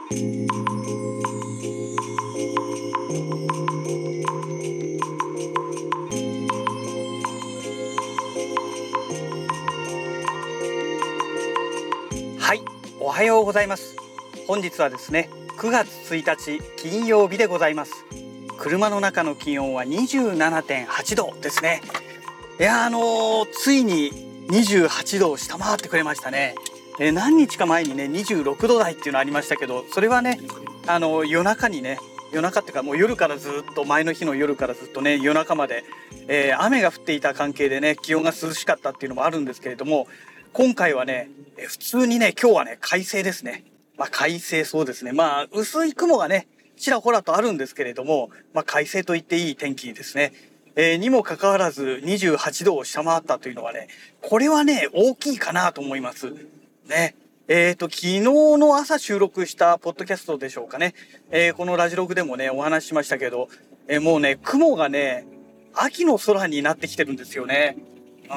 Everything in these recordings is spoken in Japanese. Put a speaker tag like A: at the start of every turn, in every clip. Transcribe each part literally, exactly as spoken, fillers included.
A: はい、おはようございます。本日はですね、くがつついたち金曜日でございます。車の中の気温は にじゅうななてんはちどですね。いやあのー、ついににじゅうはちどを下回ってくれましたね。えー、何日か前にねにじゅうろくど台っていうのありましたけど、それはねあのー、夜中にね夜中っていうかもう夜からずっと前の日の夜からずっとね夜中まで、えー、雨が降っていた関係でね気温が涼しかったっていうのもあるんですけれども、今回はね普通にね今日はね快晴ですね。まあ快晴そうですね。まあ薄い雲がねちらほらとあるんですけれども、まあ快晴と言っていい天気ですね。えー、にもかかわらずにじゅうはちどを下回ったというのはね、これはね大きいかなと思いますね。えーと昨日の朝収録したポッドキャストでしょうかね。えー、このラジログでもねお話ししましたけど、えー、もうね雲がね秋の空になってきてるんですよね。うん。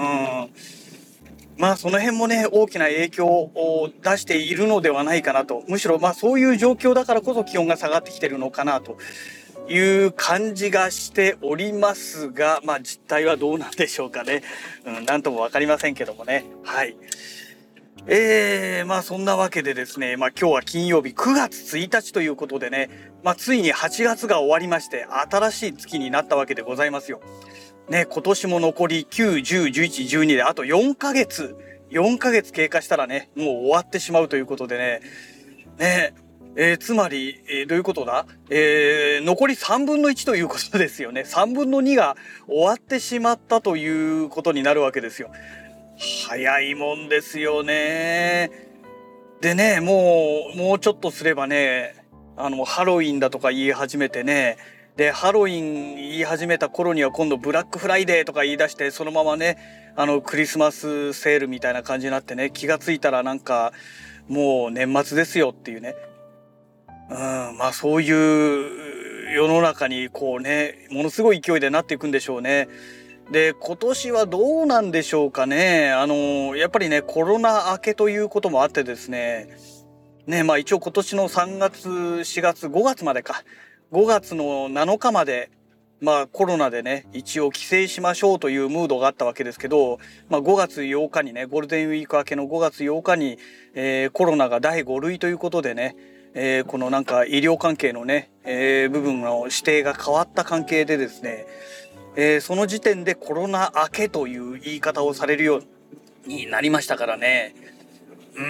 A: まあその辺もね大きな影響を出しているのではないかなと、むしろまあそういう状況だからこそ気温が下がってきてるのかなという感じがしておりますが、まあ実態はどうなんでしょうかね。うん、なんとも分かりませんけどもね。はい。えー、まあそんなわけでですね、まあ今日は金曜日くがつついたちということでね、まあついにはちがつが終わりまして新しい月になったわけでございますよ。ね、今年も残りきゅう、じゅう、じゅういち、じゅうにであとよんかげつ、よんかげつ経過したらね、もう終わってしまうということでね、ね、えー、つまり、えー、どういうことだ、えー、残りさんぶんのいちということですよね。さんぶんのにが終わってしまったということになるわけですよ。早いもんですよね。でね、もう、もうちょっとすればね、あの、ハロウィンだとか言い始めてね、で、ハロウィン言い始めた頃には今度ブラックフライデーとか言い出して、そのままね、あの、クリスマスセールみたいな感じになってね、気がついたらなんか、もう年末ですよっていうね。うん、まあそういう世の中にこうね、ものすごい勢いでなっていくんでしょうね。で、今年はどうなんでしょうかね。あの、やっぱりね、コロナ明けということもあってですね、ね、まあ一応今年のさんがつ、しがつ、ごがつまでか。ごがつのなのかまで、まあコロナでね、一応規制しましょうというムードがあったわけですけど、まあごがつようかにね、ゴールデンウィーク明けのごがつようかに、えー、コロナがだいごるいということでね、えー、このなんか医療関係のね、えー、部分の指定が変わった関係でですね、えー、その時点でコロナ明けという言い方をされるようになりましたからね。うん。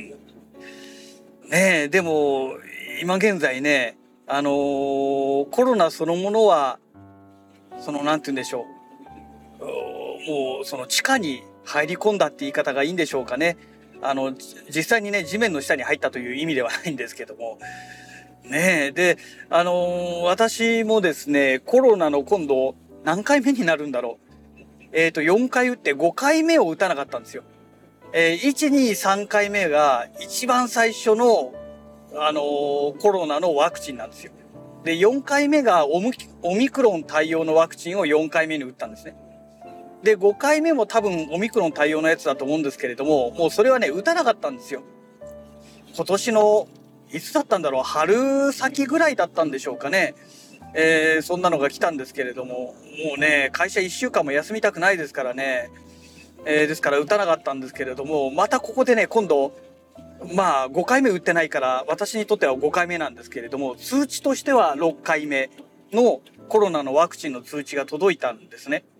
A: ねえ、でも今現在ね、あのー、コロナそのものはそのなんて言うんでしょう、もうその地下に入り込んだって言い方がいいんでしょうかね。あの実際にね地面の下に入ったという意味ではないんですけどもねえ。で、あのー、私もですねコロナの今度何回目になるんだろう、えーとよんかい打ってごかいめを打たなかったんですよ。えー、いち、に、さんかいめが一番最初の、あのー、コロナのワクチンなんですよ。で、よんかいめがオミオミクロン対応のワクチンをよんかいめに打ったんですね。で、ごかいめも多分オミクロン対応のやつだと思うんですけれども、もうそれはね、打たなかったんですよ。今年の、いつだったんだろう、春先ぐらいだったんでしょうかね。えー、そんなのが来たんですけれども、もうね、会社いっしゅうかんも休みたくないですからね。えー、ですから打たなかったんですけれども、またここでね今度まあごかいめ打ってないから私にとってはごかいめなんですけれども、通知としてはろっかいめのコロナのワクチンの通知が届いたんですね。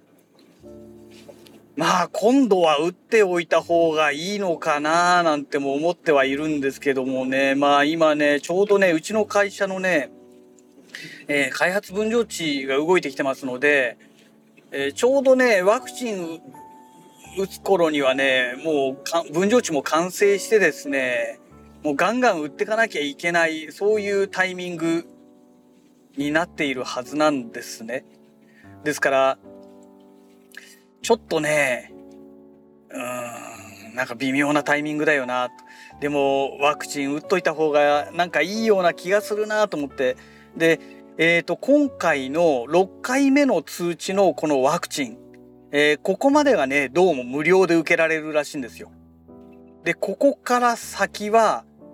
A: まあ今度は打っておいた方がいいのかななんても思ってはいるんですけどもね。まあ今ねちょうどねうちの会社のね、えー、開発分譲地が動いてきてますので、えー、ちょうどねワクチン打つ頃にはねもう分譲地も完成してですね、もうガンガン打ってかなきゃいけない、そういうタイミングになっているはずなんですね。ですからちょっとねうーんなんか微妙なタイミングだよな。でもワクチン打っといた方がなんかいいような気がするなと思って、でえーと今回のろっかいめの通知のこのワクチン、えー、ここまでがねどうも無料で受けられるらしいんですよ。でここから先は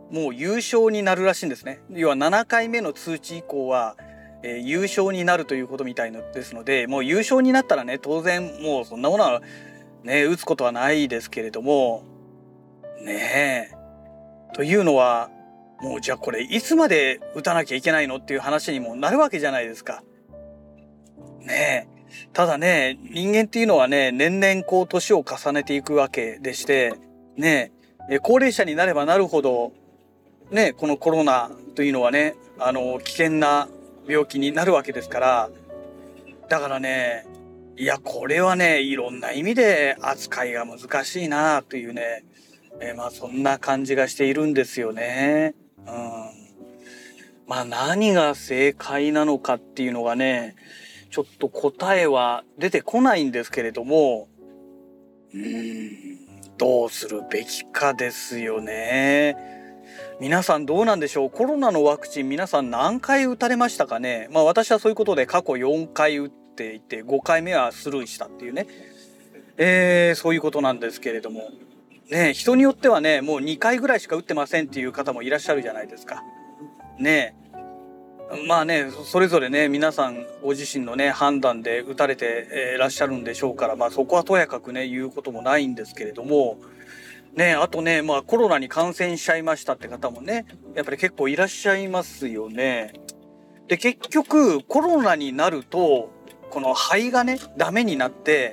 A: もう優勝になるらしいんですね。要はななかいめの通知以降は、えー、優勝になるということみたいですので、もう優勝になったらね、当然もうそんなものはね打つことはないですけれどもねえ。というのはもうじゃあこれいつまで打たなきゃいけないのっていう話にもなるわけじゃないですか。ねえ。ただね、人間っていうのはね、年々こう年を重ねていくわけでして、ねえ、高齢者になればなるほど、ね、このコロナというのはね、あの、危険な病気になるわけですから、だからね、いや、これはね、いろんな意味で扱いが難しいなというね、えー、まあそんな感じがしているんですよね。うん。まあ何が正解なのかっていうのがね、ちょっと答えは出てこないんですけれども、うーん、どうするべきかですよね。皆さんどうなんでしょう。コロナのワクチン皆さん何回打たれましたかね。まあ私はそういうことで過去よんかい打っていてごかいめはスルーしたっていうね、えー、そういうことなんですけれどもね、人によってはねもうにかいぐらいしか打ってませんっていう方もいらっしゃるじゃないですかね。まあね、それぞれね皆さんご自身のね判断で打たれて、えー、らっしゃるんでしょうから、まあそこはとやかくね言うこともないんですけれどもね、あとね、まあコロナに感染しちゃいましたって方もねやっぱり結構いらっしゃいますよね。で結局コロナになるとこの肺がねダメになって、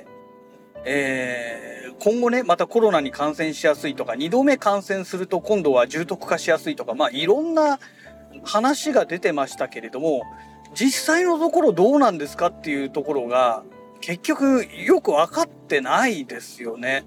A: えー、今後ねまたコロナに感染しやすいとかにどめ感染すると今度は重篤化しやすいとか、まあいろんな話が出てましたけれども、実際のところどうなんですかっていうところが結局よく分かってないですよね。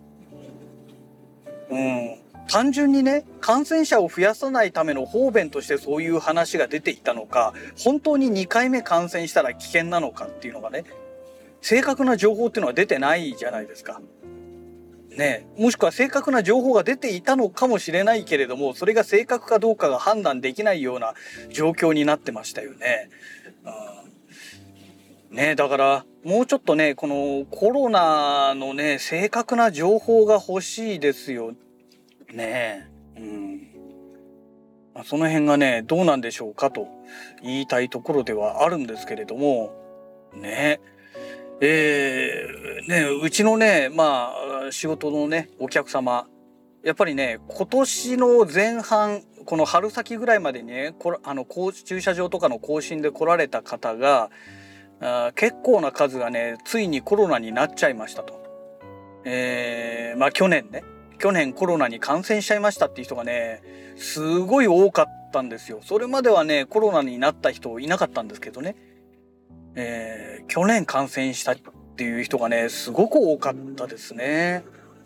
A: うん、単純にね感染者を増やさないための方便としてそういう話が出ていたのか、本当ににかいめ感染したら危険なのかっていうのがね正確な情報っていうのは出てないじゃないですか。ね、もしくは正確な情報が出ていたのかもしれないけれどもそれが正確かどうかが判断できないような状況になってましたよね。うん、ねだからもうちょっとねこのコロナのね正確な情報が欲しいですよね。うん、まあ、その辺がねどうなんでしょうかと言いたいところではあるんですけれどもね。えー、ねうちのねまあ仕事のねお客様やっぱりね今年の前半この春先ぐらいまでにねこあの駐車場とかの更新で来られた方があ結構な数がねついにコロナになっちゃいましたと。えー、まあ去年ね去年コロナに感染しちゃいましたっていう人がねすごい多かったんですよ。それまではねコロナになった人いなかったんですけどね。えー、去年感染したっていう人がねすごく多かったですね。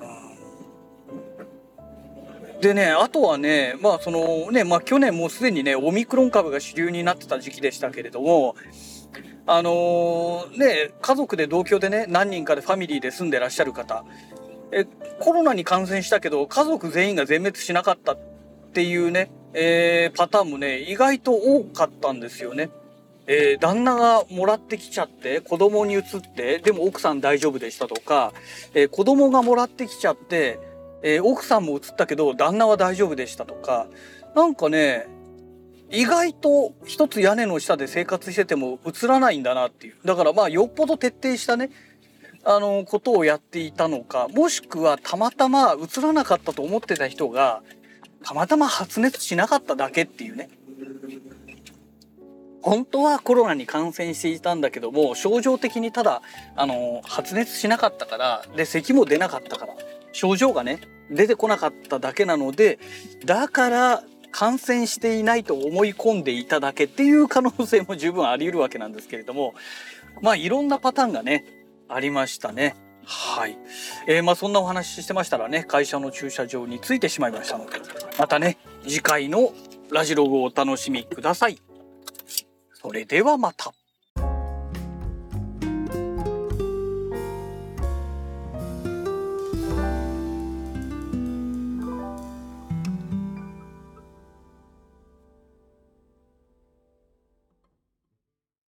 A: うん、でねあとはねまあそのねまあ去年もうすでにねオミクロン株が主流になってた時期でしたけれどもあのー、ね家族で同居でね何人かでファミリーで住んでらっしゃる方えコロナに感染したけど家族全員が全滅しなかったっていうね、えー、パターンもね意外と多かったんですよね。えー、旦那がもらってきちゃって子供に移ってでも奥さん大丈夫でしたとか、えー、子供がもらってきちゃって、えー、奥さんも移ったけど旦那は大丈夫でしたとかなんかね意外と一つ屋根の下で生活してても移らないんだなっていう。だからまあよっぽど徹底したねあのことをやっていたのかもしくはたまたま移らなかったと思ってた人がたまたま発熱しなかっただけっていうね。本当はコロナに感染していたんだけども症状的にただあの発熱しなかったからで咳も出なかったから症状がね出てこなかっただけなのでだから感染していないと思い込んでいただけっていう可能性も十分あり得るわけなんですけれどもまあいろんなパターンがねありましたね。はい、えー、まあそんなお話ししてましたらね会社の駐車場に着いてしまいましたのでまたね次回のラジログをお楽しみください。それではまた。